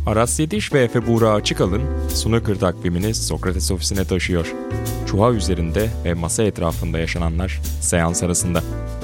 Aras Yediş ve Efe Buğra Açıkalın snooker takvimini Sokrates ofisine taşıyor. Çuha üzerinde ve masa etrafında yaşananlar seans arasında.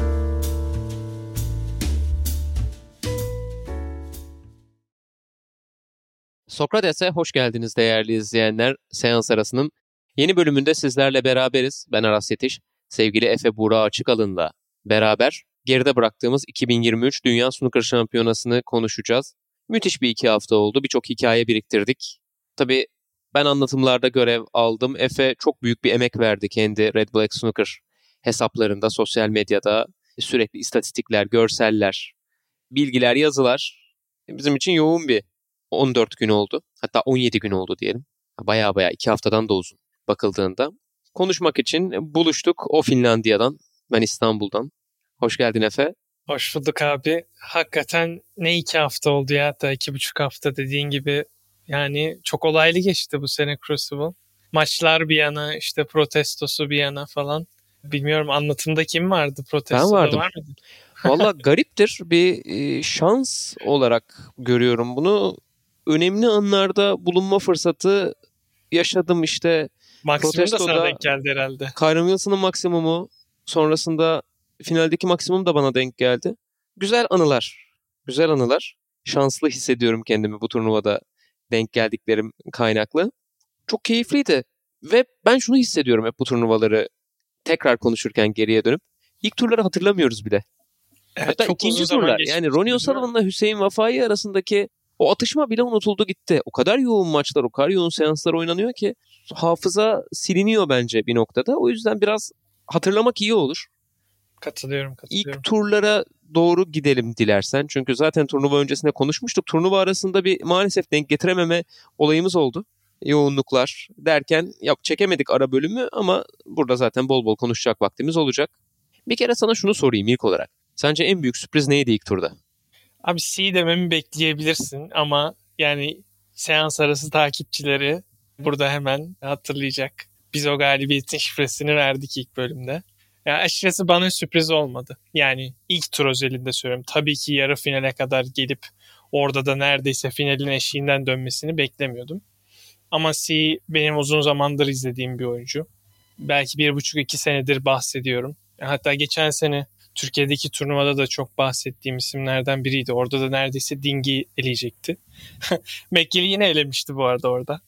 Sokrates'e hoş geldiniz değerli izleyenler. Seans arasının yeni bölümünde sizlerle beraberiz. Ben Aras Yetiş, sevgili Efe Buğra Açıkalın'la beraber geride bıraktığımız 2023 Dünya Snooker Şampiyonası'nı konuşacağız. Müthiş bir 2 hafta oldu. Birçok hikaye biriktirdik. Tabii ben anlatımlarda görev aldım. Efe çok büyük bir emek verdi kendi Red Black Snooker hesaplarında, sosyal medyada. Sürekli istatistikler, görseller, bilgiler, yazılar. Bizim için yoğun bir 14 gün oldu. Hatta 17 gün oldu diyelim. Baya 2 haftadan da uzun bakıldığında. Konuşmak için buluştuk. O Finlandiya'dan, ben İstanbul'dan. Hoş geldin Efe. Hoş bulduk abi. Hakikaten ne 2 hafta oldu ya, hatta 2,5 hafta dediğin gibi. Yani çok olaylı geçti bu sene Crucible. Maçlar bir yana, işte protestosu bir yana falan. Bilmiyorum, anlatımda kim vardı? Protestoda Ben vardım. var mıydı? Valla gariptir. Bir şans olarak görüyorum bunu. Önemli anlarda bulunma fırsatı yaşadım işte. Maksimum da sana Protestoda denk geldi herhalde. Kyron Wilson'ın maksimumu, sonrasında finaldeki maksimum da bana denk geldi. Güzel anılar. Güzel anılar. Şanslı hissediyorum kendimi bu turnuvada denk geldiklerim kaynaklı. Çok keyifliydi. Ve ben şunu hissediyorum hep bu turnuvaları tekrar konuşurken geriye dönüp. İlk turları hatırlamıyoruz bile. Evet, hatta çok ikinci uzun zaman turlar, geçmişti, yani Ronnie değil mi? O'Sullivan'la Hüseyin Vafai arasındaki o atışma bile unutuldu gitti. O kadar yoğun maçlar, o kadar yoğun seanslar oynanıyor ki hafıza siliniyor bence bir noktada. O yüzden biraz hatırlamak iyi olur. Katılıyorum. İlk turlara doğru gidelim dilersen. Çünkü zaten turnuva öncesinde konuşmuştuk. Turnuva arasında bir maalesef denk getirememe olayımız oldu. Yoğunluklar derken çekemedik ara bölümü ama burada zaten bol bol konuşacak vaktimiz olacak. Bir kere sana şunu sorayım ilk olarak. Sence en büyük sürpriz neydi ilk turda? Abi C dememi bekleyebilirsin ama yani seans arası takipçileri burada hemen hatırlayacak. Biz o galibiyetin şifresini verdik ilk bölümde. Yani açıkçası bana sürpriz olmadı. Yani ilk tur özelinde söylüyorum. Tabii ki yarı finale kadar gelip orada da neredeyse finalin eşiğinden dönmesini beklemiyordum. Ama C benim uzun zamandır izlediğim bir oyuncu. Belki 1,5-2 senedir bahsediyorum. Hatta geçen sene Türkiye'deki turnuvada da çok bahsettiğim isimlerden biriydi. Orada da neredeyse Ding'i eleyecekti. McGill'i yine elemişti bu arada orada.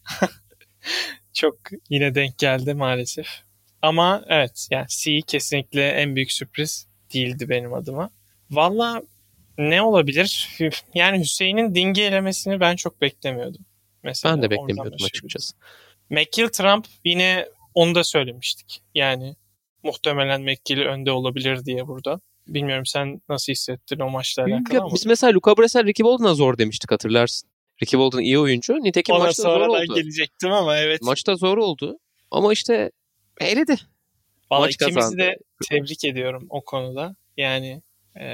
Çok yine denk geldi maalesef. Ama evet, yani C kesinlikle en büyük sürpriz değildi benim adıma. Valla ne olabilir? Yani Hüseyin'in Ding'i elemesini ben çok beklemiyordum. Mesela Ben de beklemiyordum açıkçası. McGill Trump, yine onu da söylemiştik. Yani muhtemelen McGill önde olabilir diye burada. Bilmiyorum sen nasıl hissettin o maçla alakalı ama. Biz mesela Luca Bressel, Ricky Bolden'a zor demiştik, hatırlarsın. Ricky Bolden iyi oyuncu. Nitekim Ona maçta zor sonradan oldu. gelecektim ama evet. Maçta zor oldu. Ama işte eledi. Vallahi Maç ikimizi kazandı. de tebrik ediyorum o konuda. Yani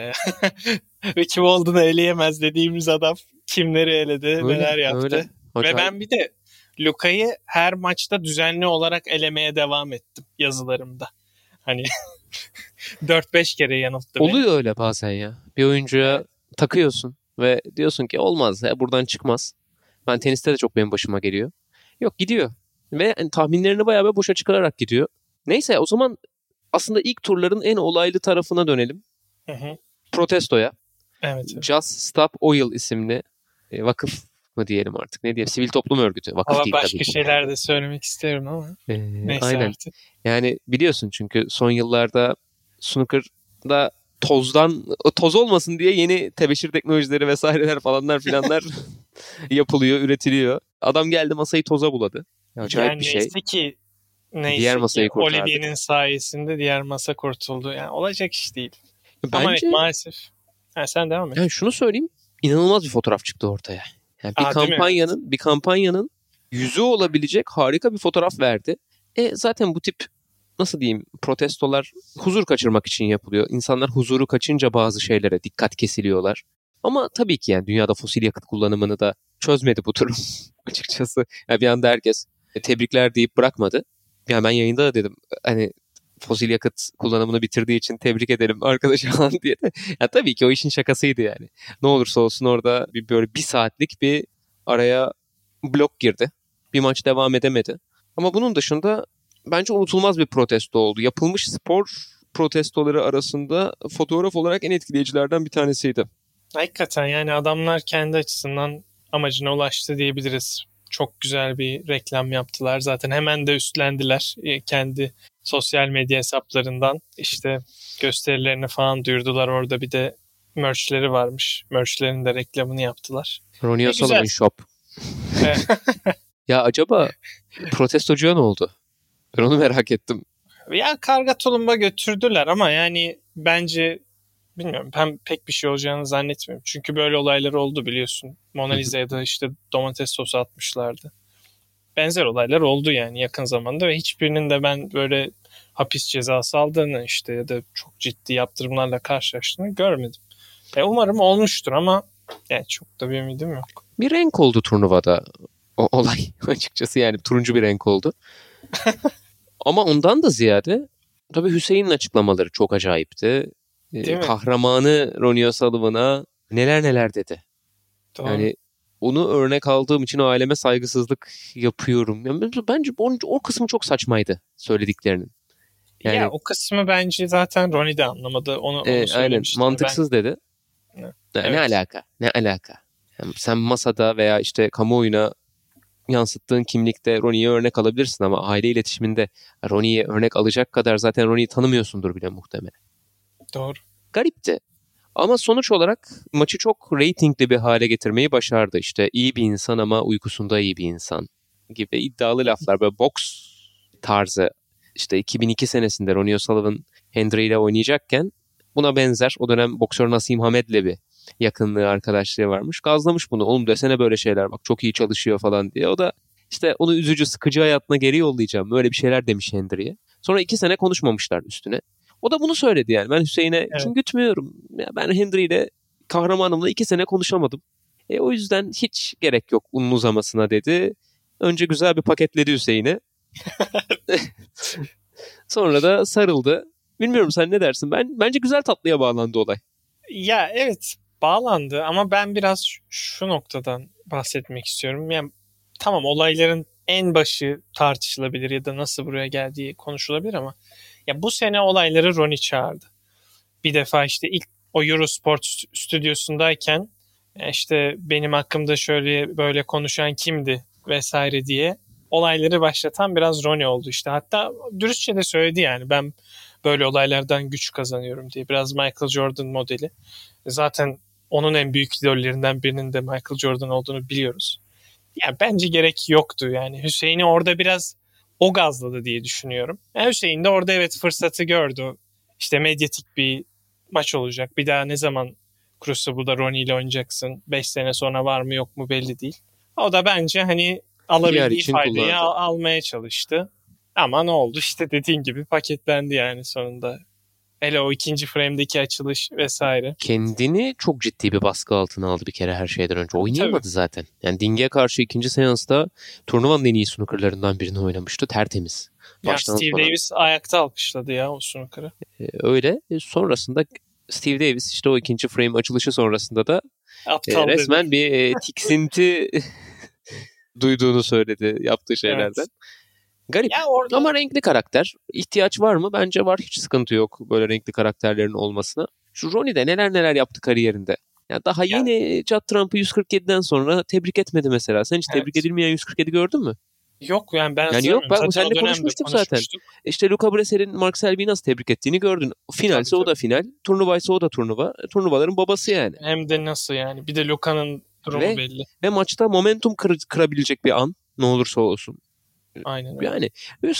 Ricky Bolden'ı eleyemez dediğimiz adam kimleri eledi, neler yaptı. Öyle. Ve ben bir de Luca'yı her maçta düzenli olarak elemeye devam ettim yazılarımda. Hani 4-5 kere yanılttı beni. Oluyor öyle bazen ya. Bir oyuncuya takıyorsun ve diyorsun ki olmaz ya, buradan çıkmaz. Ben teniste de çok benim başıma geliyor. Yok, gidiyor. Ve tahminlerini bayağı bir boşa çıkararak gidiyor. Neyse, o zaman aslında ilk turların en olaylı tarafına dönelim. Hı. Protestoya. Evet. Just Stop Oil isimli vakıf mı diyelim artık, ne diyelim, sivil toplum örgütü. Vakıf ama değil başka tabii. şeyler de söylemek isterim ama. Neyse Aynen. artık. Yani biliyorsun çünkü son yıllarda snooker'da toz olmasın diye yeni tebeşir teknolojileri vesaireler falanlar filanlar yapılıyor, üretiliyor. Adam geldi masayı toza buladı. Acayip Yani bir şey. Neyse masayı ki kurtardık. Olivier'in sayesinde diğer masa kurtuldu. Yani olacak iş değil. Bence, ama evet, maalesef. Sen devam et. Yani şunu söyleyeyim, inanılmaz bir fotoğraf çıktı ortaya. Yani bir kampanyanın yüzü olabilecek harika bir fotoğraf verdi. Zaten bu tip, nasıl diyeyim, protestolar huzur kaçırmak için yapılıyor. İnsanlar huzuru kaçınca bazı şeylere dikkat kesiliyorlar. Ama tabii ki yani dünyada fosil yakıt kullanımını da çözmedi bu durum açıkçası. Yani bir anda herkes tebrikler deyip bırakmadı. Yani ben yayında da dedim, hani fosil yakıt kullanımını bitirdiği için tebrik edelim arkadaşı falan diye de. Ya tabii ki o işin şakasıydı yani. Ne olursa olsun orada böyle bir saatlik bir Araya blok girdi. Bir maç devam edemedi. Ama bunun dışında bence unutulmaz bir protesto oldu. Yapılmış spor protestoları arasında fotoğraf olarak en etkileyicilerden bir tanesiydi. Hakikaten yani adamlar kendi açısından amacına ulaştı diyebiliriz. Çok güzel bir reklam yaptılar. Zaten hemen de üstlendiler. Kendi sosyal medya hesaplarından işte gösterilerini falan duyurdular. Orada bir de merchleri varmış. Merchlerin de reklamını yaptılar. Ronnie O'Sullivan Shop. Ya acaba protestocuya ne oldu? Ben onu merak ettim. Ya karga tulumba götürdüler ama yani bence bilmiyorum, ben pek bir şey olacağını zannetmiyorum. Çünkü böyle olaylar oldu biliyorsun. Mona Lisa'ya da işte domates sosu atmışlardı. Benzer olaylar oldu yani yakın zamanda ve hiçbirinin de ben böyle hapis cezası aldığını işte ya da çok ciddi yaptırımlarla karşılaştığını görmedim. Umarım olmuştur ama yani çok da bir ümidim yok. Bir renk oldu turnuvada o olay açıkçası, yani turuncu bir renk oldu. Ama ondan da ziyade tabii Hüseyin'in açıklamaları çok acayipti. Kahramanı Ronnie O'Sullivan'a neler neler dedi. Doğru. Yani onu örnek aldığım için aileme saygısızlık yapıyorum. Yani bence o kısmı çok saçmaydı söylediklerinin. Yani, ya o kısmı bence zaten Ronnie de anlamadı. Onu aynen, mantıksız dedi. Evet. Ne alaka? Ne alaka? Yani sen masada veya işte kamuoyuna yansıttığın kimlikte Ronnie'ye örnek alabilirsin ama aile iletişiminde Ronnie'ye örnek alacak kadar zaten Ronnie'yi tanımıyorsundur bile muhtemelen. Doğru. Garipti. Ama sonuç olarak maçı çok reytingli bir hale getirmeyi başardı. İşte iyi bir insan ama uykusunda iyi bir insan gibi iddialı laflar. Böyle boks tarzı, işte 2002 senesinde Ronnie O'Sullivan Hendry ile oynayacakken buna benzer o dönem boksör Nasim Hamed'le bir yakınlığı, arkadaşlığı varmış. Gazlamış bunu. Oğlum desene böyle şeyler, bak çok iyi çalışıyor falan diye. O da işte onu üzücü, sıkıcı hayatına geri yollayacağım, böyle bir şeyler demiş Hendry'ye. Sonra 2 sene konuşmamışlar üstüne. O da bunu söyledi yani. Ben Hüseyin'e gütmüyorum. Ya ben Hendry ile, kahramanımla 2 sene konuşamadım. O yüzden hiç gerek yok bunun uzamasına dedi. Önce güzel bir paketledi Hüseyin'e. Sonra da sarıldı. Bilmiyorum, sen ne dersin? Bence güzel tatlıya bağlandı olay. Ya evet, bağlandı ama ben biraz şu noktadan bahsetmek istiyorum. Yani tamam, olayların en başı tartışılabilir ya da nasıl buraya geldiği konuşulabilir ama ya bu sene olayları Ronnie çağırdı. Bir defa işte ilk o Eurosport stüdyosundayken işte benim hakkımda şöyle böyle konuşan kimdi vesaire diye olayları başlatan biraz Ronnie oldu işte. Hatta dürüstçe de söyledi yani, ben böyle olaylardan güç kazanıyorum diye. Biraz Michael Jordan modeli. Zaten onun en büyük idollerinden birinin de Michael Jordan olduğunu biliyoruz. Ya bence gerek yoktu yani. Hüseyin'i orada biraz o gazladı diye düşünüyorum. Yani Hüseyin de orada evet fırsatı gördü. İşte medyatik bir maç olacak. Bir daha ne zaman Crucible'da Ronnie ile oynayacaksın? 5 sene sonra var mı yok mu belli değil. O da bence hani alabildiği faydayı almaya çalıştı. Ama ne oldu? İşte dediğin gibi paketlendi yani sonunda. Hele o ikinci frame'deki açılış vesaire. Kendini çok ciddi bir baskı altına aldı bir kere her şeyden önce. Oynayamadı zaten. Yani Ding'e karşı ikinci seansta turnuvanın en iyi snookerlarından birini oynamıştı. Tertemiz. Ya Steve Davis ayakta alkışladı ya o snooker'ı. Öyle. Sonrasında Steve Davis işte o ikinci frame açılışı sonrasında da resmen bir tiksinti duyduğunu söyledi yaptığı şeylerden. Evet. Garip ama renkli karakter. İhtiyaç var mı? Bence var. Hiç sıkıntı yok böyle renkli karakterlerin olmasına. Şu Ronnie de neler yaptı kariyerinde. Ya daha yeni Judd Trump'ı 147'den sonra tebrik etmedi mesela. Sen hiç tebrik edilmeyen 147 gördün mü? Yok yani ben yok, ben seninle konuşmuştuk zaten. İşte Luca Bresser'in Mark Selby'yi nasıl tebrik ettiğini gördün. Finalse o da final, turnuvaysa o da turnuva. Turnuvaların babası yani. Hem de nasıl yani. Bir de Luca'nın durumu belli. Ve maçta momentum kırabilecek bir an, ne olursa olsun. Aynen öyle. Yani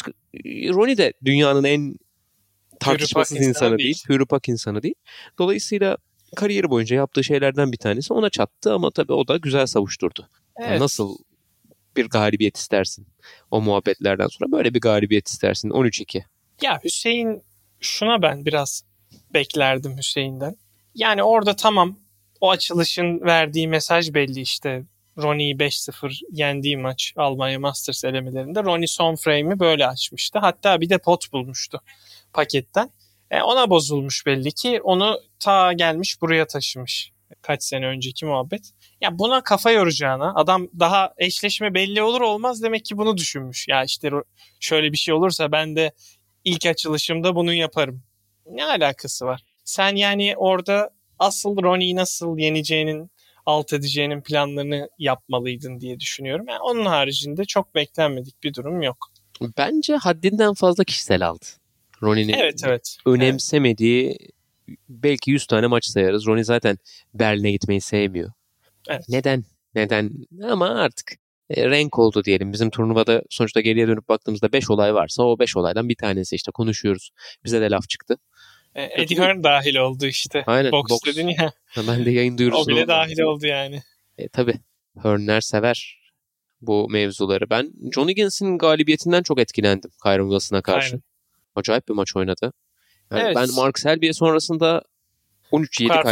Ronnie de dünyanın en tartışmasız insanı değil. Hürüpak insanı değil. Dolayısıyla kariyeri boyunca yaptığı şeylerden bir tanesi ona çattı ama tabii o da güzel savuşturdu. Evet. Yani nasıl bir galibiyet istersin o muhabbetlerden sonra? Böyle bir galibiyet istersin. 13-2. Ya Hüseyin, şuna ben biraz beklerdim Hüseyin'den. Yani orada tamam, o açılışın verdiği mesaj belli işte. Ronnie'yi 5-0 yendiği maç Almanya Masters elemelerinde Ronnie son frame'i böyle açmıştı. Hatta bir de pot bulmuştu paketten. Ona bozulmuş belli ki. Onu ta gelmiş buraya taşımış. Kaç sene önceki muhabbet. Ya buna kafa yoracağına, adam daha eşleşme belli olur olmaz demek ki bunu düşünmüş. Ya işte şöyle bir şey olursa ben de ilk açılışımda bunu yaparım. Ne alakası var? Sen yani orada asıl Ronnie'yi nasıl yeneceğinin, alt edeceğinin planlarını yapmalıydın diye düşünüyorum. Yani onun haricinde çok beklenmedik bir durum yok. Bence haddinden fazla kişisel aldı. Ronnie'nin Evet. önemsemediği belki 100 tane maç sayarız. Ronnie zaten Berlin'e gitmeyi sevmiyor. Evet. Neden? Ama artık renk oldu diyelim. Bizim turnuvada sonuçta geriye dönüp baktığımızda 5 olay varsa o 5 olaydan bir tanesi işte konuşuyoruz. Bize de laf çıktı. Eddie Hearn dahil oldu işte. Aynen. Boks dedin ya. Ben de yayın duyurusunu... O bile dahil oldu yani. Tabii. Hearn'ler sever bu mevzuları. Ben John Higgins'in galibiyetinden çok etkilendim Kyron Wilson'a karşı. Aynen. Acayip bir maç oynadı. Yani evet. Ben Mark Selby'ye sonrasında 13-7 kaybetti.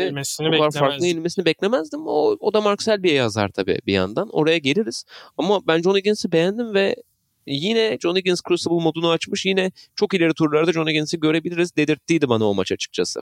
Bu kadar farklı yenilmesini beklemezdim. O da Mark Selby'ye yazar tabii bir yandan. Oraya geliriz. Ama ben John Higgins'i beğendim ve yine John Higgins Crucible modunu açmış. Yine çok ileri turlarda John Higgins'i görebiliriz dedirttiydi bana o maç açıkçası.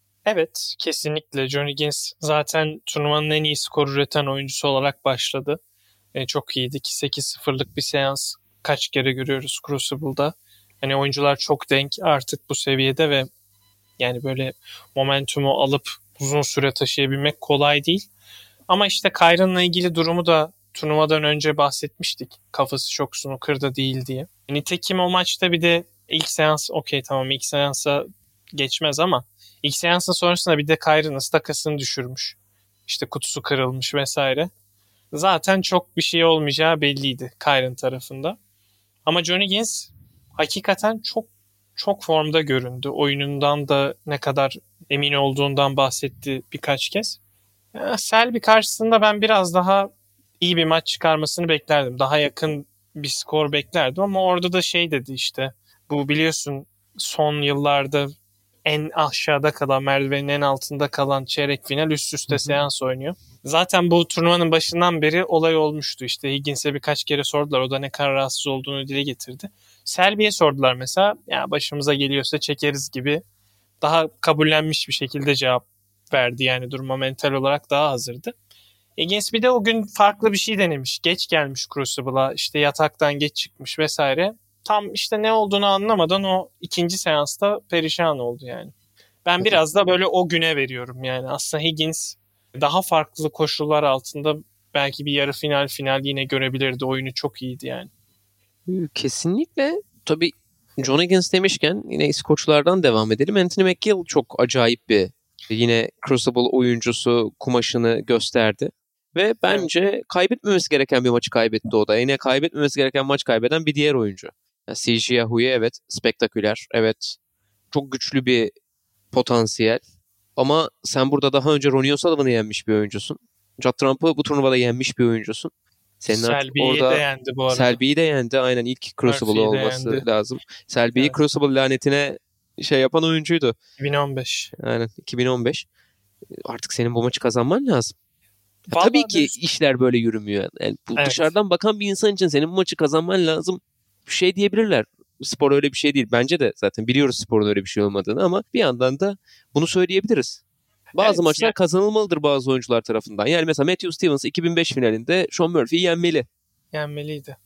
Evet, kesinlikle. John Higgins zaten turnuvanın en iyi skor üreten oyuncusu olarak başladı. Çok iyiydi ki 8-0'lık bir seans kaç kere görüyoruz Crucible'da. Hani oyuncular çok denk artık bu seviyede ve yani böyle momentumu alıp uzun süre taşıyabilmek kolay değil. Ama işte Kyron'la ilgili durumu da turnuvadan önce bahsetmiştik. Kafası çok snooker'da değil diye. Nitekim o maçta bir de ilk seans tamam ilk seansa geçmez ama ilk seansın sonrasında bir de Kyron ıstakasını düşürmüş. İşte kutusu kırılmış vesaire. Zaten çok bir şey olmayacağı belliydi Kyron tarafında. Ama John Higgins hakikaten çok formda göründü. Oyunundan da ne kadar emin olduğundan bahsetti birkaç kez. Selby karşısında ben biraz daha iyi bir maç çıkarmasını beklerdim. Daha yakın bir skor beklerdim ama orada da dedi işte. Bu biliyorsun son yıllarda en aşağıda kalan, merdivenin en altında kalan çeyrek final üst üste seans oynuyor. Zaten bu turnuvanın başından beri olay olmuştu. İşte Higgins'e birkaç kere sordular. O da ne kadar rahatsız olduğunu dile getirdi. Selby'ye sordular mesela. Ya başımıza geliyorsa çekeriz gibi. Daha kabullenmiş bir şekilde cevap verdi. Yani duruma mental olarak daha hazırdı. Higgins bir de o gün farklı bir şey denemiş. Geç gelmiş Crucible'a. İşte yataktan geç çıkmış vesaire. Tam işte ne olduğunu anlamadan o ikinci seansta perişan oldu yani. Ben biraz da böyle o güne veriyorum yani. Aslında Higgins daha farklı koşullar altında belki bir yarı final yine görebilirdi. Oyunu çok iyiydi yani. Kesinlikle. Tabii John Higgins demişken yine İskoçlardan devam edelim. Anthony McGill çok acayip bir yine Crucible oyuncusu kumaşını gösterdi. Ve bence kaybetmemesi gereken bir maçı kaybetti o da. Yine kaybetmemesi gereken maç kaybeden bir diğer oyuncu. Yani CJ Yahoo'ya evet spektaküler, evet çok güçlü bir potansiyel. Ama sen burada daha önce Ronnie O'Sullivan'ı yenmiş bir oyuncusun. Judd Trump'ı bu turnuvada yenmiş bir oyuncusun. Senin Selby'yi de yendi bu arada. Selby'yi de yendi. Aynen ilk Crucible olması lazım. Selby'yi Crucible lanetine yapan oyuncuydu. 2015. Aynen 2015. Artık senin bu maçı kazanman lazım. Tabii ki işler böyle yürümüyor. Yani dışarıdan bakan bir insan için senin bu maçı kazanman lazım. Diyebilirler. Spor öyle bir şey değil. Bence de zaten biliyoruz sporun öyle bir şey olmadığını ama bir yandan da bunu söyleyebiliriz. Bazı maçlar kazanılmalıdır bazı oyuncular tarafından. Yani mesela Matthew Stevens 2005 finalinde Sean Murphy'yi yenmeli. Yenmeliydi.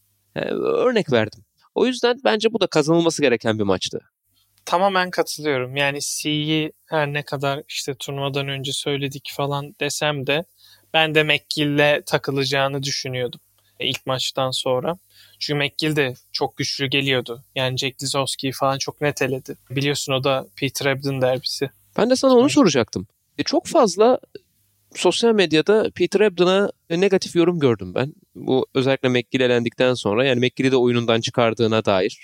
Örnek verdim. O yüzden bence bu da kazanılması gereken bir maçtı. Tamamen katılıyorum. Yani C'yi her ne kadar işte turnuvadan önce söyledik falan desem de ben de McGill'le takılacağını düşünüyordum ilk maçtan sonra. Çünkü McGill de çok güçlü geliyordu. Yani Jack Lisowski'yi falan çok net eledi. Biliyorsun o da Peter Ebden derbisi. Ben de sana onu soracaktım. Çok fazla sosyal medyada Peter Ebden'a negatif yorum gördüm ben. Bu özellikle McGill elendikten sonra yani McGill'i de oyunundan çıkardığına dair.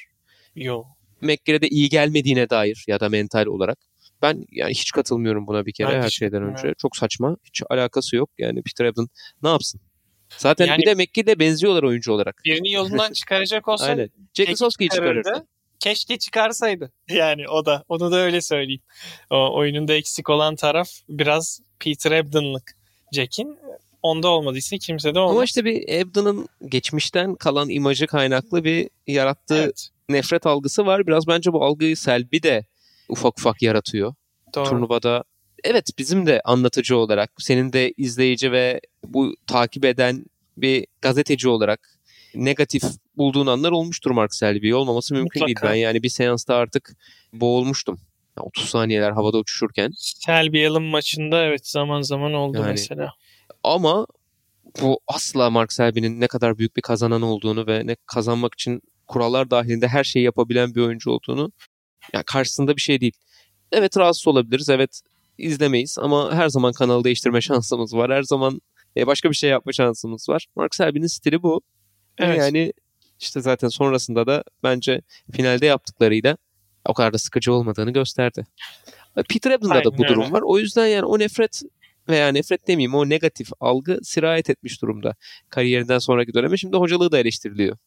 McGill'e de iyi gelmediğine dair ya da mental olarak. Ben yani hiç katılmıyorum buna bir kere her şeyden önce. Çok saçma. Hiç alakası yok. Yani Peter Ebden ne yapsın? Zaten yani, bir de McGill'e benziyorlar oyuncu olarak. Birini yolundan çıkaracak olsa aynen. Jack Lisowski'yi çıkarırdı. Keşke çıkarsaydı. Yani o da. Onu da öyle söyleyeyim. O oyununda eksik olan taraf biraz Peter Ebden'lık. Jack'in onda olmadıysa kimse de olmaz. Ama işte bir Ebden'ın geçmişten kalan imajı kaynaklı bir yarattığı nefret algısı var. Biraz bence bu algıyı Selby de ufak ufak yaratıyor. Doğru. Turnuvada evet bizim de anlatıcı olarak, senin de izleyici ve bu takip eden bir gazeteci olarak negatif bulduğun anlar olmuştur Mark Selby'yi. Olmaması mümkün değil. Ben Mutlaka. yani bir seansta artık boğulmuştum. 30 saniyeler havada uçuşurken. Selby Allen maçında evet zaman zaman oldu Yani mesela. ama bu asla Mark Selby'nin ne kadar büyük bir kazanan olduğunu ve ne kazanmak için kurallar dahilinde her şeyi yapabilen bir oyuncu olduğunu yani karşısında bir şey değil. Evet rahatsız olabiliriz. Evet izlemeyiz ama her zaman kanalı değiştirme şansımız var. Her zaman başka bir şey yapma şansımız var. Mark Selby'nin stili bu. Evet. Yani işte zaten sonrasında da bence finalde yaptıklarıyla o kadar da sıkıcı olmadığını gösterdi. Peter Ebdon'da da Aynen bu öyle. durum var. O yüzden yani o nefret veya nefret demeyeyim o negatif algı sirayet etmiş durumda kariyerinden sonraki döneme. Şimdi hocalığı da eleştiriliyor.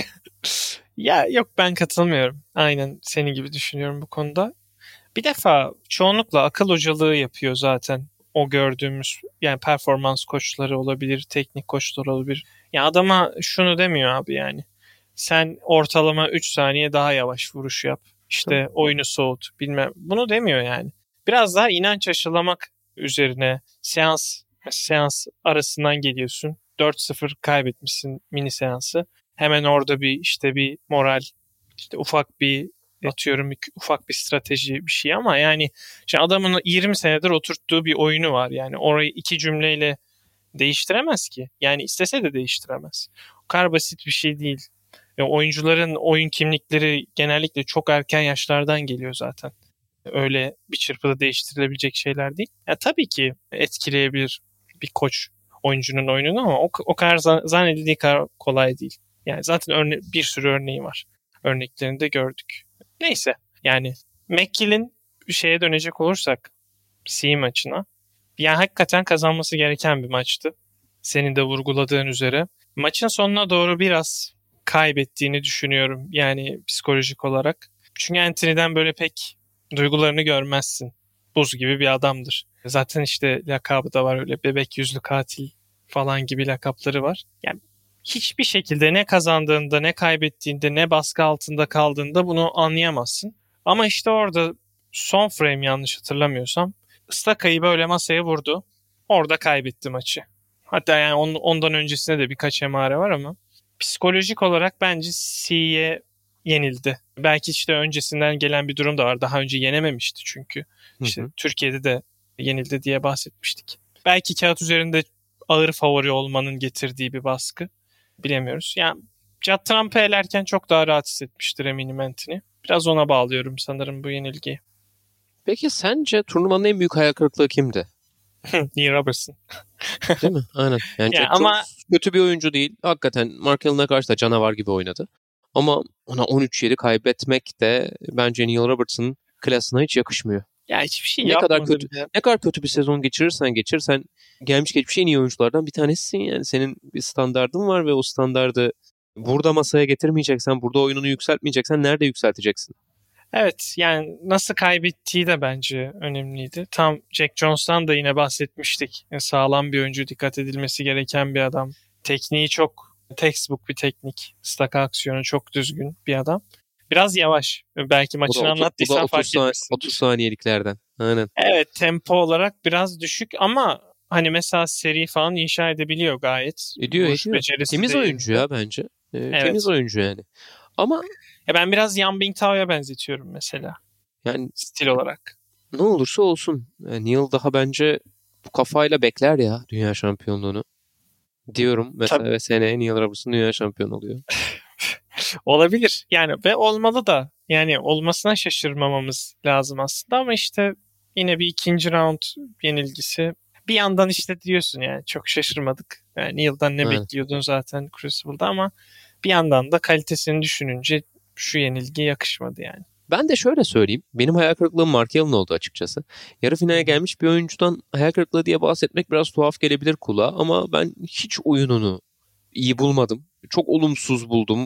Ya yok ben katılmıyorum. Aynen senin gibi düşünüyorum bu konuda. Bir defa çoğunlukla akıl hocalığı yapıyor zaten. O gördüğümüz yani performans koçları olabilir, teknik koçlar olabilir. Ya adama şunu demiyor abi yani. Sen ortalama 3 saniye daha yavaş vuruş yap. İşte oyunu soğut bilmem. Bunu demiyor yani. Biraz daha inanç aşılamak üzerine seans arasından geliyorsun. 4-0 kaybetmişsin mini seansı. Hemen orada bir moral, işte ufak bir ufak bir strateji bir şey ama yani işte adamın 20 senedir oturttuğu bir oyunu var. Yani orayı 2 cümleyle değiştiremez ki. Yani istese de değiştiremez. O kadar basit bir şey değil. Oyuncuların oyun kimlikleri genellikle çok erken yaşlardan geliyor zaten. Öyle bir çırpıda değiştirilebilecek şeyler değil. Ya tabii ki etkileyebilir bir koç oyuncunun oyununu ama o kadar zannedildiği kadar kolay değil. Yani zaten bir sürü örneği var. Örneklerini de gördük. Neyse yani McGill'in şeye dönecek olursak C maçına. Yani hakikaten kazanması gereken bir maçtı. Senin de vurguladığın üzere. Maçın sonuna doğru biraz kaybettiğini düşünüyorum. Yani psikolojik olarak. Çünkü Anthony'den böyle pek duygularını görmezsin. Buz gibi bir adamdır. Zaten işte lakabı da var öyle bebek yüzlü katil falan gibi lakapları var. Yani hiçbir şekilde ne kazandığında, ne kaybettiğinde, ne baskı altında kaldığında bunu anlayamazsın. Ama işte orada son frame yanlış hatırlamıyorsam Staka'yı böyle masaya vurdu. Orada kaybetti maçı. Hatta yani ondan öncesinde de birkaç emare var ama psikolojik olarak bence C'ye yenildi. Belki işte öncesinden gelen bir durum da var. Daha önce yenememişti çünkü. İşte Türkiye'de de yenildi diye bahsetmiştik. Belki kağıt üzerinde ağır favori olmanın getirdiği bir baskı. Bilemiyoruz. Yani Judd Trump'ı elerken çok daha rahat hissetmiştir eminim Anthony. Biraz ona bağlıyorum sanırım bu yenilgiyi. Peki sence turnuvanın en büyük hayal kırıklığı kimdi? Neil Robertson. Değil mi? Aynen. Yani Ya Jack ama Jones kötü bir oyuncu değil. Hakikaten Mark Allen'a karşı da canavar gibi oynadı. Ama ona 13-7 kaybetmek de bence Neil Robertson'ın klasına hiç yakışmıyor. ya hiçbir şey Ne kadar yapmadı kötü bile. ne kadar kötü bir sezon geçirirsen gelmiş geçmiş en iyi oyunculardan bir tanesisin yani. Senin bir standardın var ve o standardı burada masaya getirmeyeceksen, burada oyununu yükseltmeyeceksen nerede yükselteceksin? Evet yani nasıl kaybettiği de bence önemliydi. Tam Jack Jones'tan da yine bahsetmiştik. Sağlam bir oyuncu, dikkat edilmesi gereken bir adam. Tekniği çok textbook bir teknik. Staka aksiyonu çok düzgün bir adam. Biraz yavaş. Belki maçını Bu da anlattıysan 30 fark etmişsindir. 30 saniyeliklerden. Aynen. Evet tempo olarak biraz düşük ama hani mesela seri falan inşa edebiliyor gayet. Vuruş Ediyor. becerisi Temiz de oyuncu yerinde. ya bence. Evet. Temiz oyuncu yani. Ama Ya ben biraz Yan Bingtao'ya benzetiyorum mesela yani stil olarak. ne olursa olsun. Neil daha bence bu kafayla bekler ya dünya şampiyonluğunu. Diyorum mesela Tabii. ve seneye Neil Robertson dünya şampiyonu oluyor. Olabilir. Yani ve olmalı da. Yani olmasına şaşırmamamız lazım aslında ama işte yine bir ikinci round yenilgisi. Bir yandan işte diyorsun yani çok şaşırmadık. Yani Neil'dan ne Aynen. bekliyordun zaten Crucible'da ama bir yandan da kalitesini düşününce şu yenilgi yakışmadı yani. Ben de şöyle söyleyeyim. Benim hayal kırıklığım Mark Allen oldu açıkçası. Yarı finale gelmiş bir oyuncudan hayal kırıklığı diye bahsetmek biraz tuhaf gelebilir kulağa ama ben hiç oyununu iyi bulmadım. Çok olumsuz buldum.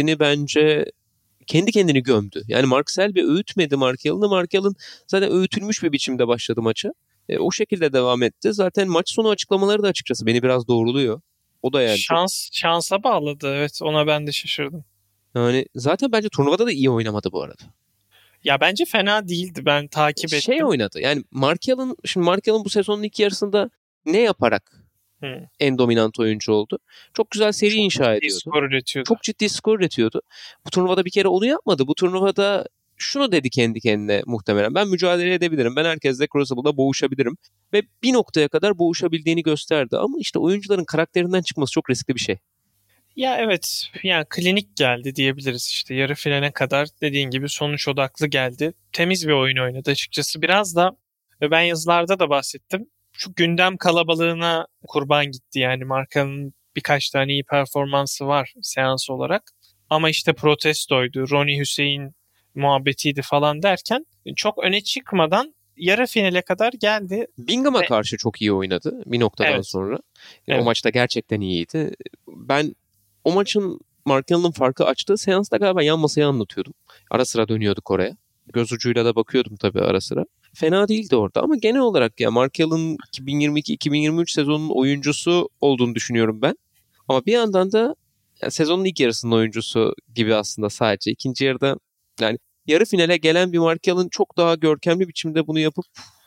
Kendi kendini gömdü. Yani Mark Selby öğütmedi Mark Allen'ı. Mark Allen zaten öğütülmüş bir biçimde başladı maça. O şekilde devam etti. Zaten maç sonu açıklamaları da açıkçası beni biraz doğruluyor. O da yani Şansa bağladı. Evet ona ben de şaşırdım. yani zaten bence turnuvada da iyi oynamadı bu arada. Ya bence fena değildi. Ben takip ettim. Oynadı. Yani Mark Allen bu sezonun ilk yarısında ne yaparak en dominant oyuncu oldu? Çok güzel seri inşa ediyordu. Skor üretiyordu. Çok ciddi skor üretiyordu. Bu turnuvada bir kere onu yapmadı. Bu turnuvada şunu dedi kendi kendine muhtemelen. Ben mücadele edebilirim. Ben herkesle Crucible'da boğuşabilirim. Ve bir noktaya kadar boğuşabildiğini gösterdi. Ama işte oyuncuların karakterinden çıkması çok riskli bir şey. Ya evet. Yani klinik geldi diyebiliriz işte. Yarı finale kadar dediğin gibi sonuç odaklı geldi. Temiz bir oyun oynadı açıkçası. Biraz da ben yazılarda da bahsettim. Şu gündem kalabalığına kurban gitti yani. Markanın birkaç tane iyi performansı var seans olarak. Ama işte protestoydu, Ronnie Hüseyin muhabbetiydi falan derken çok öne çıkmadan yarı finale kadar geldi. Bingham'a karşı çok iyi oynadı bir noktadan sonra. O maçta gerçekten iyiydi. Ben o maçın Mark Allen'ın farkı açtığı seansta galiba yan masaya anlatıyordum. Ara sıra dönüyorduk oraya. Göz ucuyla da bakıyordum tabii ara sıra. Fena değildi orada ama genel olarak ya Mark Allen 2022-2023 sezonunun oyuncusu olduğunu düşünüyorum ben. Ama bir yandan da sezonun ilk yarısının oyuncusu gibi aslında sadece. İkinci yarıda yani yarı finale gelen bir Mark Allen çok daha görkemli biçimde bunu yapıp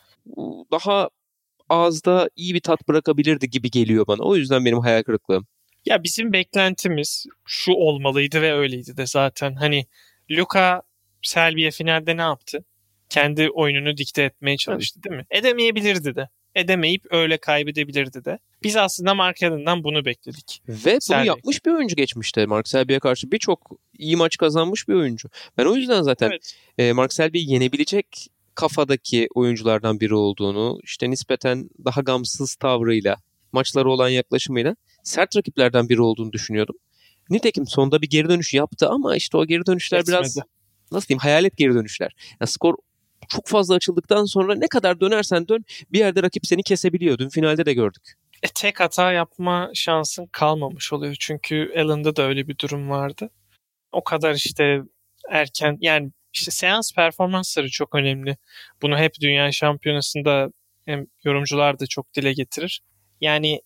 daha ağızda iyi bir tat bırakabilirdi gibi geliyor bana. O yüzden benim hayal kırıklığım. Ya bizim beklentimiz şu olmalıydı ve öyleydi de zaten. Hani Luka Selby'e finalde ne yaptı? Kendi oyununu dikte etmeye çalıştı değil mi? Edemeyebilirdi de. Edemeyip öyle kaybedebilirdi de. Biz aslında Mark Allen'dan bunu bekledik. Ve bunu yapmış bir oyuncu geçmişte. Mark Selby'e karşı birçok iyi maç kazanmış bir oyuncu. Ben o yüzden zaten Mark Selby'yi yenebilecek kafadaki oyunculardan biri olduğunu, işte nispeten daha gamsız tavrıyla, maçlara olan yaklaşımıyla sert rakiplerden biri olduğunu düşünüyordum. Nitekim sonunda bir geri dönüş yaptı ama işte o geri dönüşler biraz nasıl diyeyim hayalet geri dönüşler. Yani skor çok fazla açıldıktan sonra ne kadar dönersen dön bir yerde rakip seni kesebiliyor. Dün finalde de gördük. Tek hata yapma şansın kalmamış oluyor. Çünkü Allen'da da öyle bir durum vardı. O kadar işte erken yani işte seans performansları çok önemli. Bunu hep Dünya Şampiyonası'nda hem yorumcular da çok dile getirir. Yani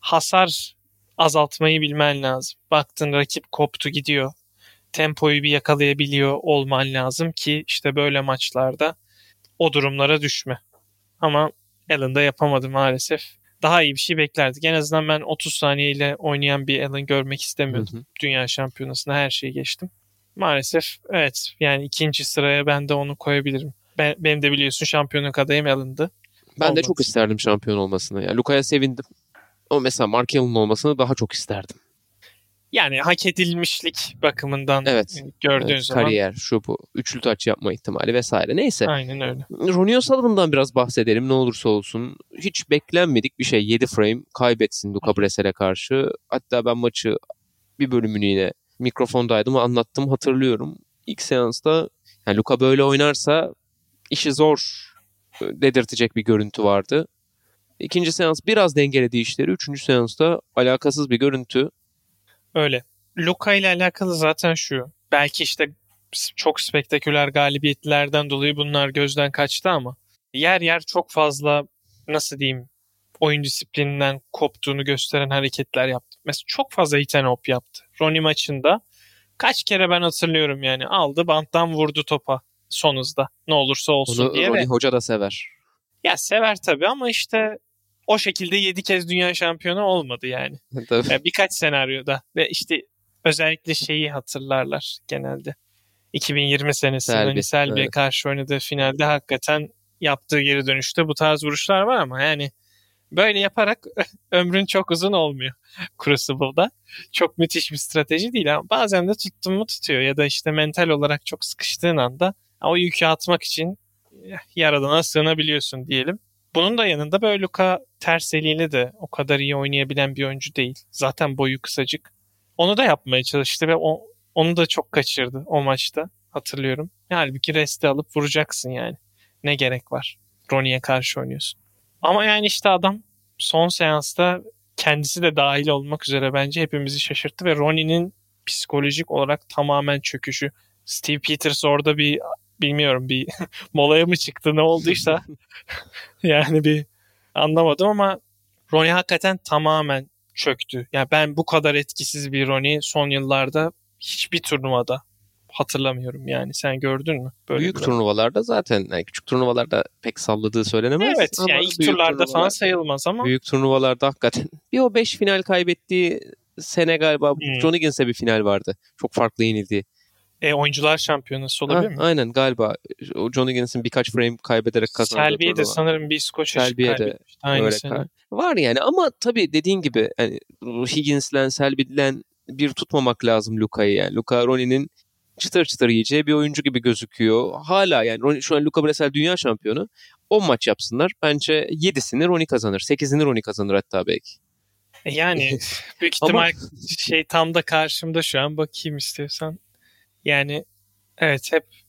hasar azaltmayı bilmen lazım. Baktın rakip koptu gidiyor. Tempoyu bir yakalayabiliyor olman lazım ki işte böyle maçlarda o durumlara düşme. Ama Allen da yapamadı maalesef. Daha iyi bir şey beklerdik. En azından ben 30 saniyeyle oynayan bir Allen görmek istemiyordum. Dünya Şampiyonası'nda her şeyi geçtim. Maalesef evet yani ikinci sıraya ben de onu koyabilirim. Benim de biliyorsun şampiyonluk adayım Allen'dı. Ben de çok isterdim şampiyon olmasını. Yani Luka'ya sevindim. Ama mesela Mark Allen'ın olmasını daha çok isterdim. Yani hak edilmişlik bakımından gördüğün zaman. Kariyer, şu bu. Üçlü taç yapma ihtimali vesaire. Neyse. Aynen öyle. Ronnie O'Sullivan'dan biraz bahsedelim ne olursa olsun. Hiç beklenmedik bir şey. 7 frame kaybetsin Luca Bresel'e karşı. Hatta ben maçı bir bölümünü yine mikrofondaydım anlattım hatırlıyorum. İlk seansta yani Luca böyle oynarsa işi zor dedirtecek bir görüntü vardı. İkinci seans biraz dengeledi işleri. Üçüncü seansta alakasız bir görüntü. Öyle. Luka ile alakalı zaten şu. Belki işte çok spektaküler galibiyetlerden dolayı bunlar gözden kaçtı ama yer yer çok fazla nasıl diyeyim oyun disiplininden koptuğunu gösteren hareketler yaptı. Mesela çok fazla hit and hop yaptı. Ronnie maçında kaç kere ben hatırlıyorum yani aldı banttan vurdu topa son hızda. Ne olursa olsun onu diye. Ronnie Hoca da sever. Ya sever tabii ama işte o şekilde 7 kez dünya şampiyonu olmadı yani. Yani birkaç senaryoda ve işte özellikle şeyi hatırlarlar genelde. 2020 senesinde Selby'ye karşı oynadığı finalde hakikaten yaptığı geri dönüşte bu tarz vuruşlar var ama yani böyle yaparak ömrün çok uzun olmuyor Crucible'da. Çok müthiş bir strateji değil ama bazen de tuttun mu tutuyor ya da işte mental olarak çok sıkıştığın anda o yükü atmak için yaradana sığınabiliyorsun diyelim. Bunun da yanında böyle Luka ters eliyle de o kadar iyi oynayabilen bir oyuncu değil. Zaten boyu kısacık. Onu da yapmaya çalıştı ve onu da çok kaçırdı o maçta hatırlıyorum. Halbuki resti alıp vuracaksın yani. Ne gerek var? Ronnie'ye karşı oynuyorsun. Ama yani işte adam son seansta kendisi de dahil olmak üzere bence hepimizi şaşırttı ve Ronnie'nin psikolojik olarak tamamen çöküşü. Steve Peters orada bilmiyorum bir molaya mı çıktı ne olduysa yani bir anlamadım ama Ronnie hakikaten tamamen çöktü. Yani ben bu kadar etkisiz bir Ronnie son yıllarda hiçbir turnuvada hatırlamıyorum yani. Sen gördün mü? Böyle Büyük turnuvalarda zaten, yani küçük turnuvalarda pek salladığı söylenemez. Evet ama yani ilk büyük turlarda falan turnuvalar, sayılmaz ama. büyük turnuvalarda hakikaten bir o 5 final kaybettiği sene galiba John Higgins'e bir final vardı. Çok farklı yenildiği. Oyuncular şampiyonası olabilir mi? Aynen galiba. O John Higgins'in birkaç frame kaybederek kazandığı Selby'ye de sanırım bir İskoç eşit kaybetmişti aynı sene. Var yani, ama tabii dediğin gibi hani Higgins'len Selby'len bir tutmamak lazım Luka'yı yani. Luka Ronnie'nin çıtır çıtır yiyeceği bir oyuncu gibi gözüküyor. Hala yani Ronnie, şu an Luka Brecel dünya şampiyonu. 10 maç yapsınlar. Bence 7'sini Ronnie kazanır. 8'ini Ronnie kazanır hatta belki. Yani büyük ihtimal tam da karşımda şu an, bakayım istiyorsan. Yani evet,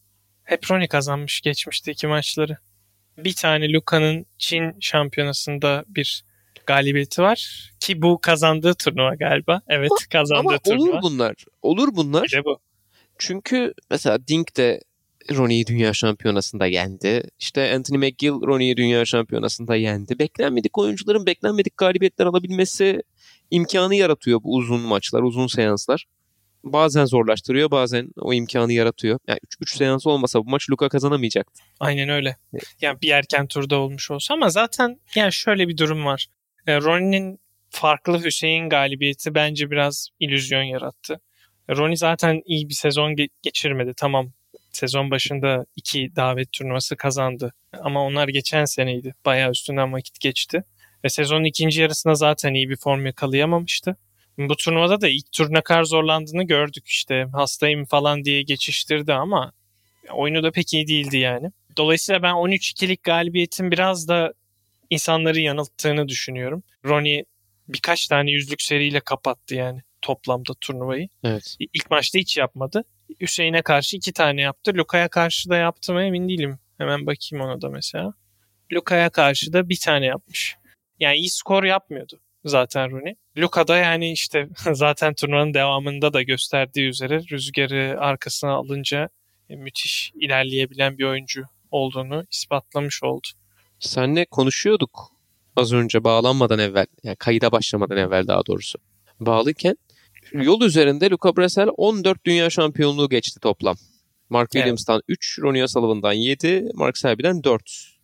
hep Ronnie kazanmış geçmişteki maçları. Bir tane Luka'nın Çin şampiyonasında bir galibiyeti var. Ki bu kazandığı turnuva galiba. Evet, kazandığı turnuva. Olur bunlar. Olur bunlar. Bir de bu. Çünkü mesela Dink de Ronnie'yi dünya şampiyonasında yendi. İşte Anthony McGill Ronnie'yi dünya şampiyonasında yendi. Beklenmedik oyuncuların beklenmedik galibiyetler alabilmesi imkanı yaratıyor bu uzun maçlar, uzun seanslar. Bazen zorlaştırıyor, bazen o imkanı yaratıyor. Yani 3 seans olmasa bu maç Luka kazanamayacaktı. Aynen öyle. Yani bir erken turda olmuş olsa, ama zaten yani şöyle bir durum var. Ronnie'nin farklı Hüseyin galibiyeti bence biraz illüzyon yarattı. Ronnie zaten iyi bir sezon geçirmedi. Tamam, sezon başında 2 davet turnuvası kazandı. Ama onlar geçen seneydi. Bayağı üstünden vakit geçti. Ve sezonun ikinci yarısında zaten iyi bir form yakalayamamıştı. Bu turnuvada da ilk tur ne kadar zorlandığını gördük işte. Hastayım falan diye geçiştirdi ama oyunu da pek iyi değildi yani. Dolayısıyla ben 13-2'lik galibiyetin biraz da insanları yanılttığını düşünüyorum. Ronnie birkaç tane yüzlük seriyle kapattı yani toplamda turnuvayı. Evet. İlk maçta hiç yapmadı. Hüseyin'e karşı 2 tane yaptı. Luka'ya karşı da yaptı mı emin değilim. Hemen bakayım ona da mesela. Luka'ya karşı da 1 tane yapmış. Yani iyi skor yapmıyordu zaten Ronnie. Luka da yani işte zaten turnuvanın devamında da gösterdiği üzere rüzgarı arkasına alınca müthiş ilerleyebilen bir oyuncu olduğunu ispatlamış oldu. Seninle konuşuyorduk az önce bağlanmadan evvel, yani kayıda başlamadan evvel daha doğrusu. Bağlıyken yol üzerinde Luka Brecel 14 dünya şampiyonluğu geçti toplam. Mark Williams'tan 3, Ronnie O'Sullivan'dan 7, Mark Selby'den 4.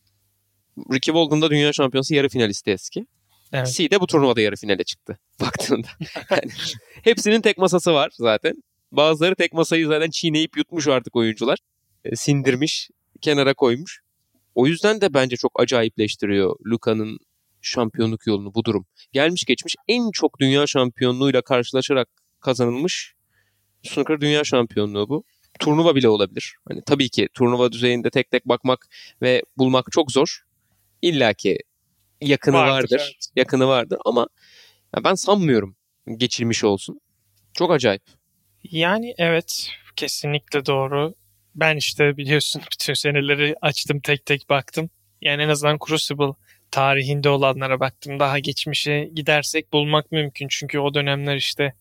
Ricky Walden'da dünya şampiyonası yarı finalisti eski. Evet. C de bu turnuvada yarı finale çıktı baktığında. Yani hepsinin tek masası var zaten. Bazıları tek masayı zaten çiğneyip yutmuş artık oyuncular. Sindirmiş, kenara koymuş. O yüzden de bence çok acayipleştiriyor Luka'nın şampiyonluk yolunu bu durum. Gelmiş geçmiş en çok dünya şampiyonluğuyla karşılaşarak kazanılmış snooker dünya şampiyonluğu bu. Turnuva bile olabilir. Hani tabii ki turnuva düzeyinde tek tek bakmak ve bulmak çok zor. İlla ki yakını vardır. Evet. Yakını vardır ama ben sanmıyorum geçilmiş olsun. Çok acayip. Yani evet, kesinlikle doğru. Ben işte biliyorsun bütün seneleri açtım, tek tek baktım. Yani en azından Crucible tarihinde olanlara baktım. Daha geçmişe gidersek bulmak mümkün. Çünkü o dönemler işte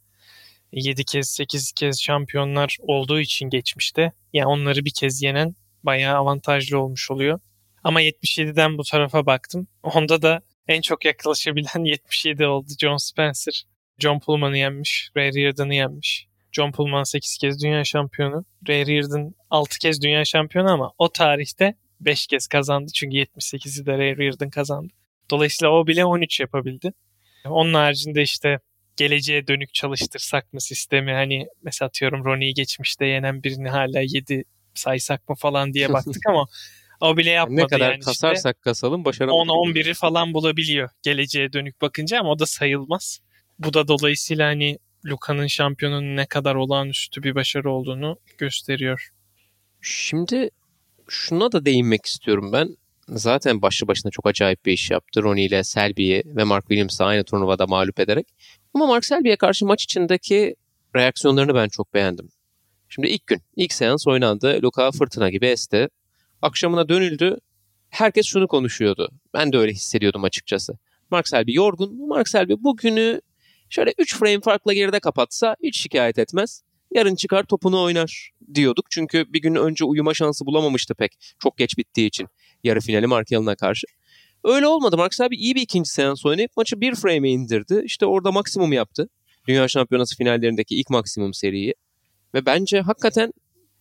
7 kez 8 kez şampiyonlar olduğu için geçmişte. Yani onları bir kez yenen bayağı avantajlı olmuş oluyor. Ama 77'den bu tarafa baktım. Onda da en çok yaklaşabilen 77 oldu. John Spencer. John Pulman'ı yenmiş. Ray Reardon'ı yenmiş. John Pulman 8 kez dünya şampiyonu. Ray Reardon 6 kez dünya şampiyonu ama o tarihte 5 kez kazandı. Çünkü 78'i de Ray Reardon kazandı. Dolayısıyla o bile 13 yapabildi. Onun haricinde işte geleceğe dönük çalıştırsak mı sistemi, hani mesela atıyorum Ronnie'yi geçmişte yenen birini hala 7 saysak mı falan diye baktık ama o bile yapmadı. Ne kadar yani kasarsak işte kasalım başaramadık. 10-11'i falan bulabiliyor geleceğe dönük bakınca ama o da sayılmaz. Bu da dolayısıyla hani Luka'nın şampiyonun ne kadar olağanüstü bir başarı olduğunu gösteriyor. Şimdi şuna da değinmek istiyorum ben. Zaten başlı başına çok acayip bir iş yaptı. Ronnie ile Selby'yi ve Mark Williams'ı aynı turnuvada mağlup ederek. Ama Mark Selby'ye karşı maç içindeki reaksiyonlarını ben çok beğendim. Şimdi ilk seans oynandı. Luka fırtına gibi esti. Akşamına dönüldü. Herkes şunu konuşuyordu. Ben de öyle hissediyordum açıkçası. Mark Selby yorgun. Mark Selby bugünü şöyle 3 frame farkla geride kapatsa hiç şikayet etmez. Yarın çıkar topunu oynar diyorduk. Çünkü bir gün önce uyuma şansı bulamamıştı pek. Çok geç bittiği için yarı finali Mark Allen'a karşı. Öyle olmadı. Mark Selby iyi bir ikinci seans oynayıp maçı bir frame'e indirdi. İşte orada maksimum yaptı. Dünya Şampiyonası finallerindeki ilk maksimum seriyi. Ve bence hakikaten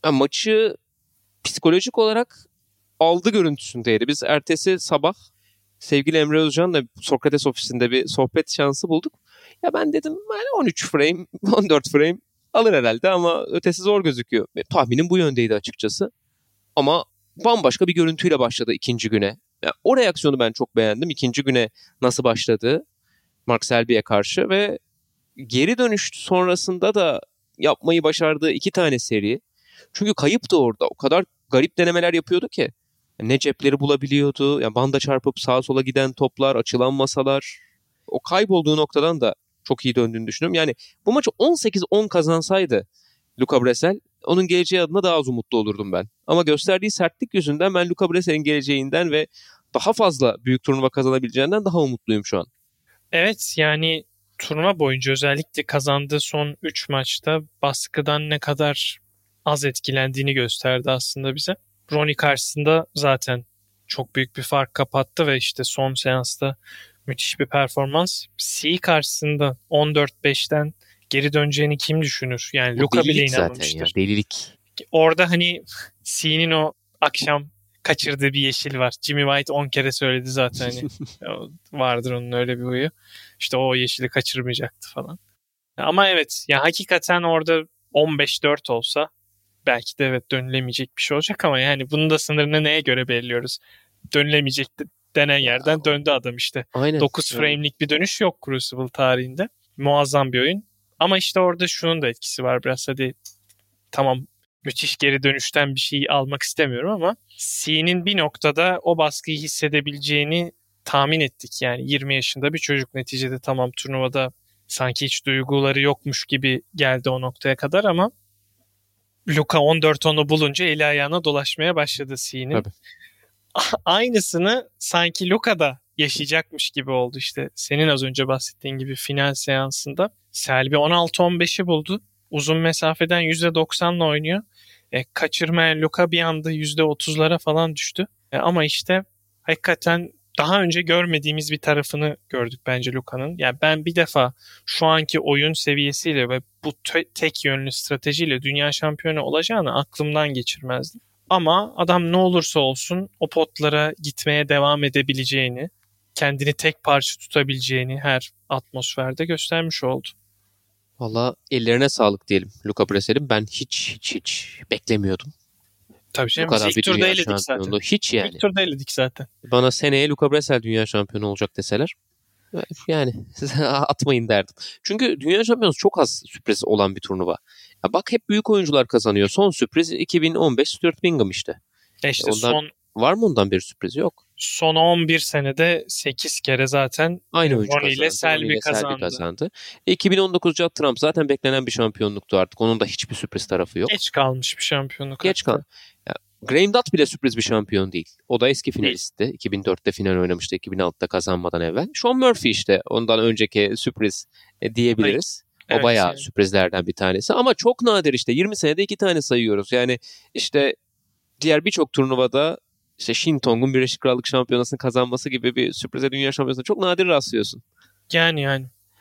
Yani maçı psikolojik olarak aldı görüntüsündeydi. Biz ertesi sabah sevgili Emre Özcan'la Sokrates ofisinde bir sohbet şansı bulduk. Ya ben dedim yani 13 frame, 14 frame alır herhalde ama ötesi zor gözüküyor. Tahminim bu yöndeydi açıkçası. Ama bambaşka bir görüntüyle başladı ikinci güne. Yani o reaksiyonu ben çok beğendim. İkinci güne nasıl başladı Mark Selby'ye karşı ve geri dönüş sonrasında da yapmayı başardığı 2 tane seri. Çünkü kayıptı orada. O kadar garip denemeler yapıyordu ki. Ne cepleri bulabiliyordu. Yani banda çarpıp sağa sola giden toplar, açılan masalar. O kaybolduğu noktadan da çok iyi döndüğünü düşünüyorum. Yani bu maçı 18-10 kazansaydı Luca Brecel, onun geleceği adına daha az umutlu olurdum ben. Ama gösterdiği sertlik yüzünden ben Luca Brecel'in geleceğinden ve daha fazla büyük turnuva kazanabileceğinden daha umutluyum şu an. Evet, yani turnuva boyunca özellikle kazandığı son 3 maçta baskıdan ne kadar az etkilendiğini gösterdi aslında bize. Ronnie karşısında zaten çok büyük bir fark kapattı ve işte son seansta müthiş bir performans. C karşısında 14-5'ten geri döneceğini kim düşünür? Yani Luka bile inanmamıştır. Zaten ya, delilik. Orada hani C'nin o akşam kaçırdığı bir yeşil var. Jimmy White 10 kere söyledi zaten. Hani. Vardır onun öyle bir huyu. İşte o yeşili kaçırmayacaktı falan. Ama evet ya hakikaten orada 15-4 olsa belki de evet dönülemeyecek bir şey olacak ama yani bunun da sınırını neye göre belirliyoruz? Dönülemeyecek denen yerden döndü adam işte. Aynen. 9 frame'lik bir dönüş yok Crucible tarihinde. Muazzam bir oyun. Ama işte orada şunun da etkisi var biraz. Hadi tamam müthiş geri dönüşten bir şey almak istemiyorum ama C'nin bir noktada o baskıyı hissedebileceğini tahmin ettik. Yani 20 yaşında bir çocuk neticede tamam turnuvada sanki hiç duyguları yokmuş gibi geldi o noktaya kadar ama Luka 14-10'u bulunca eli ayağına dolaşmaya başladı C'nin. Aynısını sanki Luka'da yaşayacakmış gibi oldu işte. Senin az önce bahsettiğin gibi final seansında. Selby 16-15'i buldu. Uzun mesafeden %90'la oynuyor. Kaçırmayan Luka bir anda %30'lara falan düştü. Ama işte hakikaten daha önce görmediğimiz bir tarafını gördük bence Luka'nın. Yani ben bir defa şu anki oyun seviyesiyle ve bu tek yönlü stratejiyle dünya şampiyonu olacağını aklımdan geçirmezdim. Ama adam ne olursa olsun o potlara gitmeye devam edebileceğini, kendini tek parça tutabileceğini her atmosferde göstermiş oldu. Valla ellerine sağlık diyelim Luca Brecel'in. Ben hiç beklemiyordum. Tabii canım, bu kadar ilk bir turda dünya eledik şampiyonluğu. zaten. Hiç yani. İlk turda eledik zaten. Bana seneye Luca Brecel dünya şampiyonu olacak deseler yani atmayın derdim. Çünkü dünya şampiyonası çok az sürpriz olan bir turnuva. Ya bak hep büyük oyuncular kazanıyor. Son sürpriz 2015 Stuart Bingham işte. İşte ondan, var mı ondan bir sürpriz? Yok. Son 11 senede 8 kere zaten aynı oyuncu Ronnie ile Selby kazandı. 2019 Judd Trump zaten beklenen bir şampiyonluktu artık. Onun da hiçbir sürpriz tarafı yok. Geç kalmış bir şampiyonluk. Geç kalmış. Graham Dutt bile sürpriz bir şampiyon değil. O da eski finalistti. 2004'te final oynamıştı. 2006'da kazanmadan evvel. Sean Murphy işte ondan önceki sürpriz diyebiliriz. O bayağı sürprizlerden bir tanesi. Ama çok nadir işte 20 senede 2 tane sayıyoruz. Yani işte diğer birçok turnuvada işte Shintong'un Birleşik Krallık Şampiyonası'nı kazanması gibi bir sürprize dünya şampiyonasına çok nadir rastlıyorsun. Yani.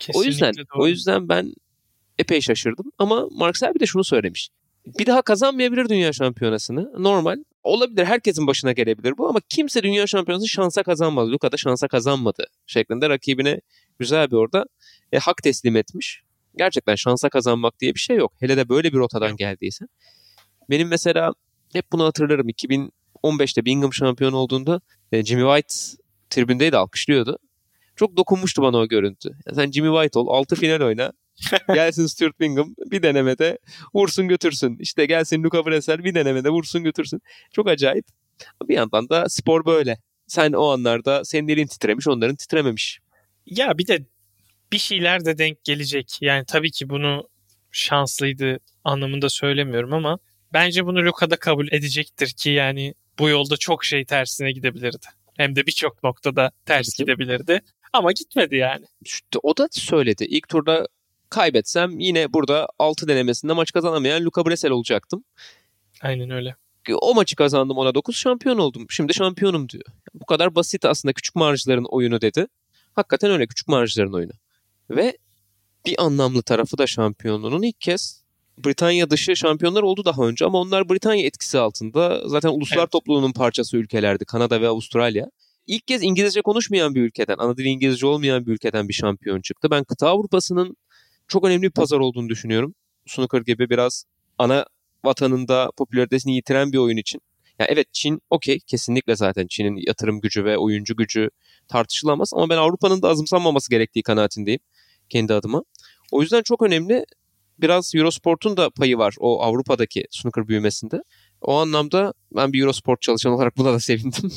O yüzden ben epey şaşırdım. Ama Mark Selby de şunu söylemiş. Bir daha kazanmayabilir dünya şampiyonasını. Normal. Olabilir. Herkesin başına gelebilir bu ama kimse dünya şampiyonasını şansa kazanmadı. Luka da şansa kazanmadı şeklinde rakibine güzel bir orada hak teslim etmiş. Gerçekten şansa kazanmak diye bir şey yok. Hele de böyle bir rotadan geldiyse. Benim mesela hep bunu hatırlarım. 2015'te Bingham şampiyon olduğunda Jimmy White tribündeydi, alkışlıyordu. Çok dokunmuştu bana o görüntü. Sen Jimmy White ol, 6 final oyna. Gelsin Stuart Bingham bir denemede vursun götürsün. İşte gelsin Luca Brecel bir denemede vursun götürsün. Çok acayip. Bir yandan da spor böyle. Sen o anlarda senin elin titremiş, onların titrememiş. Ya bir de bir şeyler de denk gelecek. Yani tabii ki bunu şanslıydı anlamında söylemiyorum ama bence bunu Luka da kabul edecektir ki yani bu yolda çok şey tersine gidebilirdi. Hem de birçok noktada ters gidebilirdi. Ama gitmedi yani. İşte o da söyledi. İlk turda kaybetsem yine burada 6 denemesinde maç kazanamayan Luca Brecel olacaktım. Aynen öyle. O maçı kazandım, ona 9 şampiyon oldum. Şimdi şampiyonum diyor. Bu kadar basit aslında, küçük marjların oyunu dedi. Hakikaten öyle, küçük marjların oyunu. Ve bir anlamlı tarafı da şampiyonluğunun ilk kez Britanya dışı şampiyonlar oldu daha önce ama onlar Britanya etkisi altında. Zaten uluslar Evet. topluluğunun parçası ülkelerdi. Kanada ve Avustralya. İlk kez İngilizce konuşmayan bir ülkeden, ana dili İngilizce olmayan bir ülkeden bir şampiyon çıktı. Ben kıta Avrupa'sının çok önemli bir pazar olduğunu düşünüyorum. Snooker gibi biraz ana vatanında popülaritesini yitiren bir oyun için. Ya evet, Çin okey, kesinlikle zaten Çin'in yatırım gücü ve oyuncu gücü tartışılamaz ama ben Avrupa'nın da azımsanmaması gerektiği kanaatindeyim kendi adıma. O yüzden çok önemli. Biraz Eurosport'un da payı var o Avrupa'daki snooker büyümesinde. O anlamda ben bir Eurosport çalışanı olarak buna da sevindim.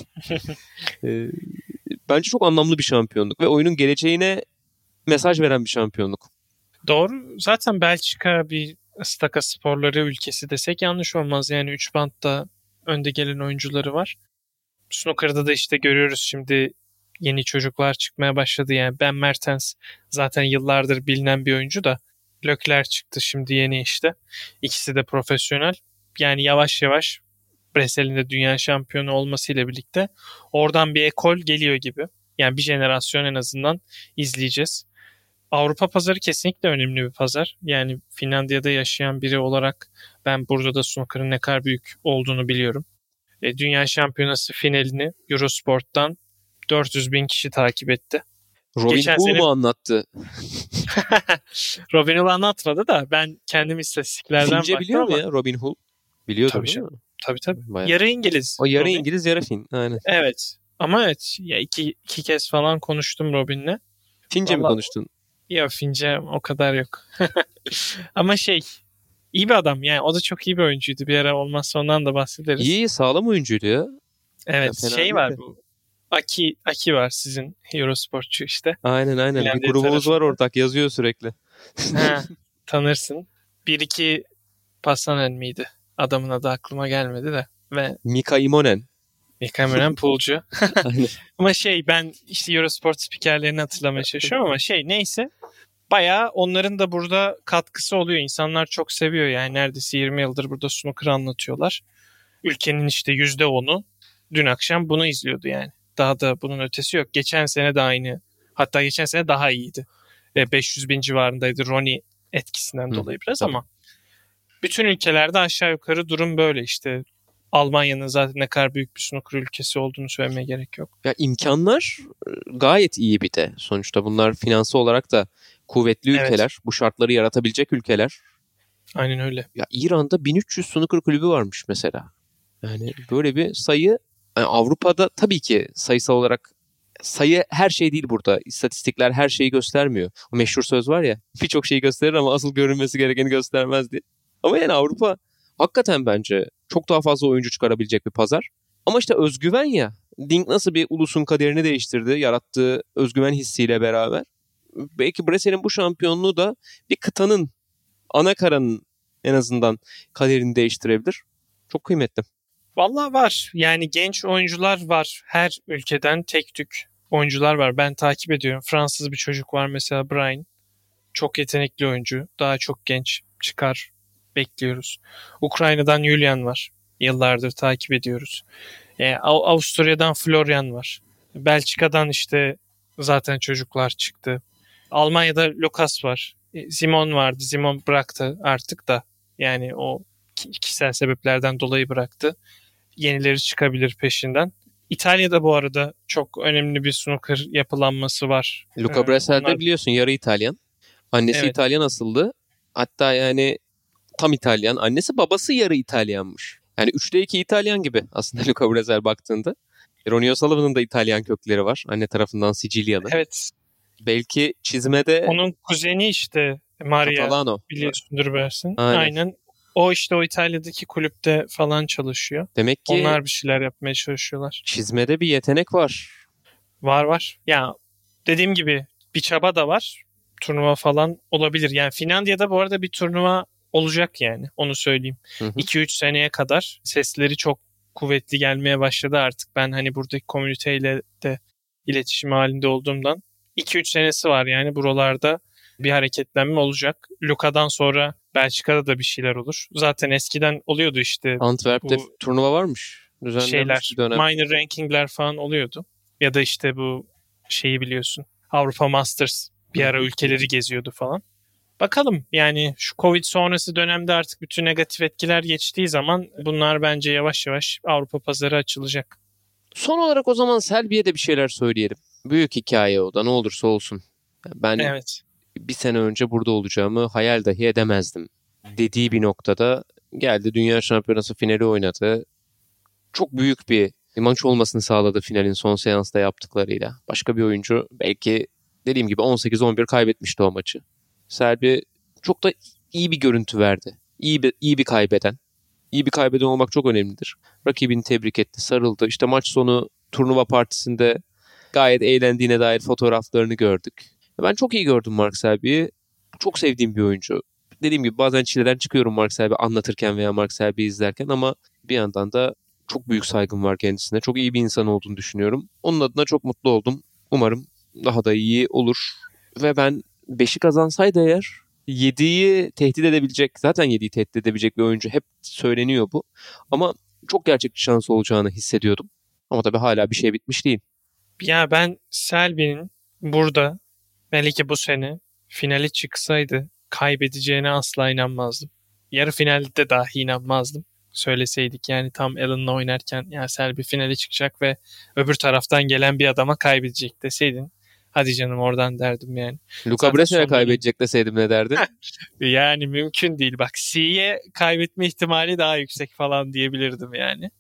Bence çok anlamlı bir şampiyonluk ve oyunun geleceğine mesaj veren bir şampiyonluk. Doğru. Zaten Belçika bir ıstaka sporları ülkesi desek yanlış olmaz. Yani 3 bantta önde gelen oyuncuları var. Snooker'da da işte görüyoruz şimdi yeni çocuklar çıkmaya başladı. Yani Ben Mertens zaten yıllardır bilinen bir oyuncu da Leclerc çıktı şimdi yeni işte. İkisi de profesyonel. Yani yavaş yavaş Bresel'in de dünya şampiyonu olmasıyla birlikte oradan bir ekol geliyor gibi. Yani bir jenerasyon en azından izleyeceğiz. Avrupa pazarı kesinlikle önemli bir pazar. Yani Finlandiya'da yaşayan biri olarak ben burada da snooker'ın ne kadar büyük olduğunu biliyorum. Dünya Şampiyonası finalini Eurosport'tan 400 bin kişi takip etti. Robin Geçen Hood sene- mu anlattı? Robin Hood anlatmadı da ben kendim istatistiklerden Fince baktım biliyor mu ama ya Robin Hood? Biliyordur tabii değil canım. mi? Tabii. Bayağı. Yarı İngiliz. O yarı Robin. İngiliz yarı Fin. Aynen. Evet. Ama evet ya iki kez falan konuştum Robin'le. Fince mi Vallahi- konuştun? Ya Fince o kadar yok. Ama iyi bir adam yani o da çok iyi bir oyuncuydu. Bir ara olmazsa ondan da bahsederiz. İyi, sağlam oyuncuydu ya. Evet Ya fena var değildi. bu. Aki var sizin Eurosportçu işte. Aynen. Bir Finlandiya grubumuz var tarafında. ortak, yazıyor sürekli. Ha, tanırsın. 1-2 Pasanen miydi? Adamın adı aklıma gelmedi de. Ve Mika Immonen. Mikael Poolcu. Aynen. Ama ben işte Eurosport spikerlerini hatırlamaya çalışıyorum ama neyse. Bayağı onların da burada katkısı oluyor. İnsanlar çok seviyor yani neredeyse 20 yıldır burada snooker anlatıyorlar. Ülkenin işte %10'u dün akşam bunu izliyordu yani. Daha da bunun ötesi yok. Geçen sene de aynı. Hatta geçen sene daha iyiydi. 500 bin civarındaydı Ronnie etkisinden dolayı biraz tabii. ama bütün ülkelerde aşağı yukarı durum böyle işte. Almanya'nın zaten ne kadar büyük bir snooker ülkesi olduğunu söylemeye gerek yok. Ya imkanlar gayet iyi bir de. Sonuçta bunlar finansal olarak da kuvvetli Evet. ülkeler. Bu şartları yaratabilecek ülkeler. Aynen öyle. Ya İran'da 1300 snooker kulübü varmış mesela. Yani böyle bir sayı, yani Avrupa'da tabii ki sayısal olarak sayı her şey değil burada. İstatistikler her şeyi göstermiyor. O meşhur söz var ya, birçok şeyi gösterir ama asıl görünmesi gerekeni göstermez diye. Ama yani Avrupa hakikaten bence çok daha fazla oyuncu çıkarabilecek bir pazar. Ama işte özgüven ya. Dink nasıl bir ulusun kaderini değiştirdi yarattığı özgüven hissiyle beraber. Belki Bresel'in bu şampiyonluğu da bir kıtanın, ana karanın en azından kaderini değiştirebilir. Çok kıymetli. Vallahi var. Yani genç oyuncular var. Her ülkeden tek tük oyuncular var. Ben takip ediyorum. Fransız bir çocuk var mesela Brian. Çok yetenekli oyuncu. Daha çok genç çıkar. Bekliyoruz. Ukrayna'dan Julian var. Yıllardır takip ediyoruz. Avusturya'dan Florian var. Belçika'dan işte zaten çocuklar çıktı. Almanya'da Lukas var. Simon vardı. Simon bıraktı artık da. Yani o kişisel sebeplerden dolayı bıraktı. Yenileri çıkabilir peşinden. İtalya'da bu arada çok önemli bir snooker yapılanması var. Luca Brecel de Onlar- biliyorsun yarı İtalyan. Annesi Evet. İtalyan asıllı. Hatta yani tam İtalyan. Annesi babası yarı İtalyanmış. Yani 3'te 2 İtalyan gibi aslında Luca Brecel baktığında. Ronnie O'Sullivan'ın da İtalyan kökleri var. Anne tarafından Sicilyalı. Evet. Belki çizmede Onun kuzeni işte Maria, Catalano. biliyorsundur Bersin. Aynen. Aynen. O işte o İtalya'daki kulüpte falan çalışıyor. Demek ki Onlar bir şeyler yapmaya çalışıyorlar. çizmede bir yetenek var. Var. Ya dediğim gibi bir çaba da var. Turnuva falan olabilir. Yani Finlandiya'da bu arada bir turnuva olacak yani. Onu söyleyeyim. Hı hı. 2-3 seneye kadar sesleri çok kuvvetli gelmeye başladı artık. Ben hani buradaki komüniteyle de iletişim halinde olduğumdan 2-3 senesi var yani buralarda bir hareketlenme olacak. Luka'dan sonra Belçika'da da bir şeyler olur. Zaten eskiden oluyordu işte Antwerp'te bu turnuva varmış. Düzenlenmiş şeyler, bir dönem. minor rankingler falan oluyordu. Ya da işte bu şeyi biliyorsun. Avrupa Masters bir ara ülkeleri geziyordu falan. Bakalım yani şu Covid sonrası dönemde artık bütün negatif etkiler geçtiği zaman bunlar bence yavaş yavaş Avrupa pazarı açılacak. Son olarak o zaman Selby'ye de bir şeyler söyleyelim. Büyük hikaye o da ne olursa olsun. Ben Evet. bir sene önce burada olacağımı hayal dahi edemezdim dediği bir noktada geldi. Dünya Şampiyonası finali oynadı. Çok büyük bir maç olmasını sağladı finalin son seansta yaptıklarıyla. Başka bir oyuncu belki dediğim gibi 18-11 kaybetmişti o maçı. Selby çok da iyi bir görüntü verdi. İyi bir kaybeden. İyi bir kaybeden olmak çok önemlidir. Rakibini tebrik etti, sarıldı. İşte maç sonu turnuva partisinde gayet eğlendiğine dair fotoğraflarını gördük. Ben çok iyi gördüm Mark Selby'yi. Çok sevdiğim bir oyuncu. Dediğim gibi bazen çileden çıkıyorum Mark Selby anlatırken veya Mark Selby'yi izlerken ama bir yandan da çok büyük saygım var kendisine. Çok iyi bir insan olduğunu düşünüyorum. Onun adına çok mutlu oldum. Umarım daha da iyi olur. Ve ben 5'i kazansaydı eğer 7'yi tehdit edebilecek, zaten 7'yi tehdit edebilecek bir oyuncu. Hep söyleniyor bu. Ama çok gerçekçi şans olacağını hissediyordum. Ama tabii hala bir şey bitmiş değil. Ya ben Selby'nin burada belki bu sene finale çıksaydı kaybedeceğine asla inanmazdım. Yarı finalde dahi inanmazdım. Söyleseydik yani tam Allen'la oynarken ya Selby finale çıkacak ve öbür taraftan gelen bir adama kaybedecek deseydin. Hadi canım oradan derdim yani. Luka Bresel'e kaybedecek deseydim ne derdin? Yani mümkün değil. Bak C'ye kaybetme ihtimali daha yüksek falan diyebilirdim yani.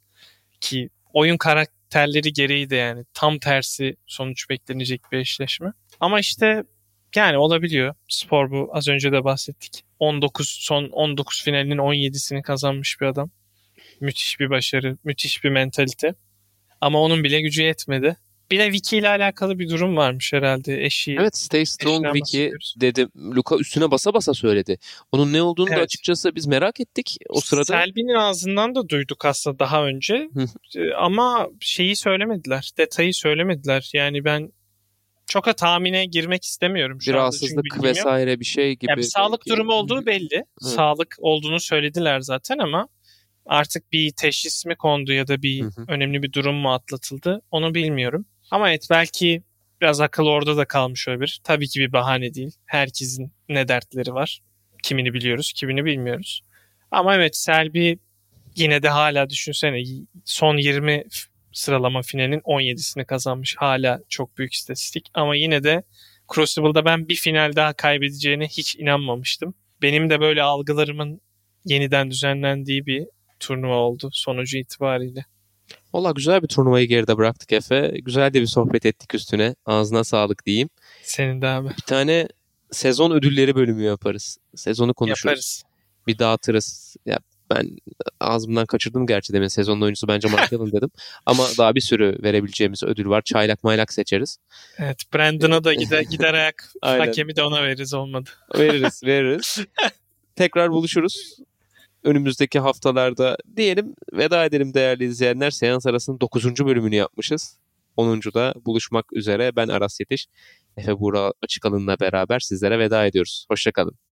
Ki oyun karakterleri gereği de yani tam tersi sonuç beklenecek bir eşleşme. Ama işte yani olabiliyor. Spor bu. Az önce de bahsettik. Son 19 finalinin 17'sini kazanmış bir adam. Müthiş bir başarı, müthiş bir mentalite. Ama onun bile gücü yetmedi. Bir de Vicky ile alakalı bir durum varmış herhalde. Evet, Stay Strong Vicky dedi. Luka üstüne basa basa söyledi. Onun ne olduğunu da açıkçası biz merak ettik o sırada. Selby'nin ağzından da duyduk aslında daha önce. Ama şeyi söylemediler. Detayı söylemediler. Yani ben çok da tahmine girmek istemiyorum şu bir anda. Rahatsızlık vesaire bir şey gibi. Bir sağlık durumu olduğu belli. Sağlık olduğunu söylediler zaten ama artık bir teşhis mi kondu ya da bir önemli bir durum mu atlatıldı onu bilmiyorum. Ama evet belki biraz akıl orada da kalmış olabilir. Tabii ki bir bahane değil. Herkesin ne dertleri var. Kimini biliyoruz, kimini bilmiyoruz. Ama evet Selby yine de hala düşünsene son 20 sıralama finalinin 17'sini kazanmış. Hala çok büyük istatistik. Ama yine de Crucible'da ben bir final daha kaybedeceğine hiç inanmamıştım. Benim de böyle algılarımın yeniden düzenlendiği bir turnuva oldu sonucu itibariyle. Valla güzel bir turnuvayı geride bıraktık Efe. Güzel de bir sohbet ettik üstüne. Ağzına sağlık diyeyim. Senin de abi. Bir tane sezon ödülleri bölümü yaparız. Sezonu konuşuruz. Yaparız. Bir dağıtırız. Ya ben ağzımdan kaçırdım gerçi demin sezonun oyuncusu bence Mark Allen dedim. Ama daha bir sürü verebileceğimiz ödül var. Çaylak maylak seçeriz. Evet, Brandon'a da gider ayak hakemi de ona veririz olmadı. Veririz. Tekrar buluşuruz. Önümüzdeki haftalarda diyelim veda edelim değerli izleyenler. Seans arasının 9. bölümünü yapmışız. 10.da buluşmak üzere. Ben Aras Yetiş, Efe Buğra Açıkalın'la beraber sizlere veda ediyoruz. Hoşça kalın.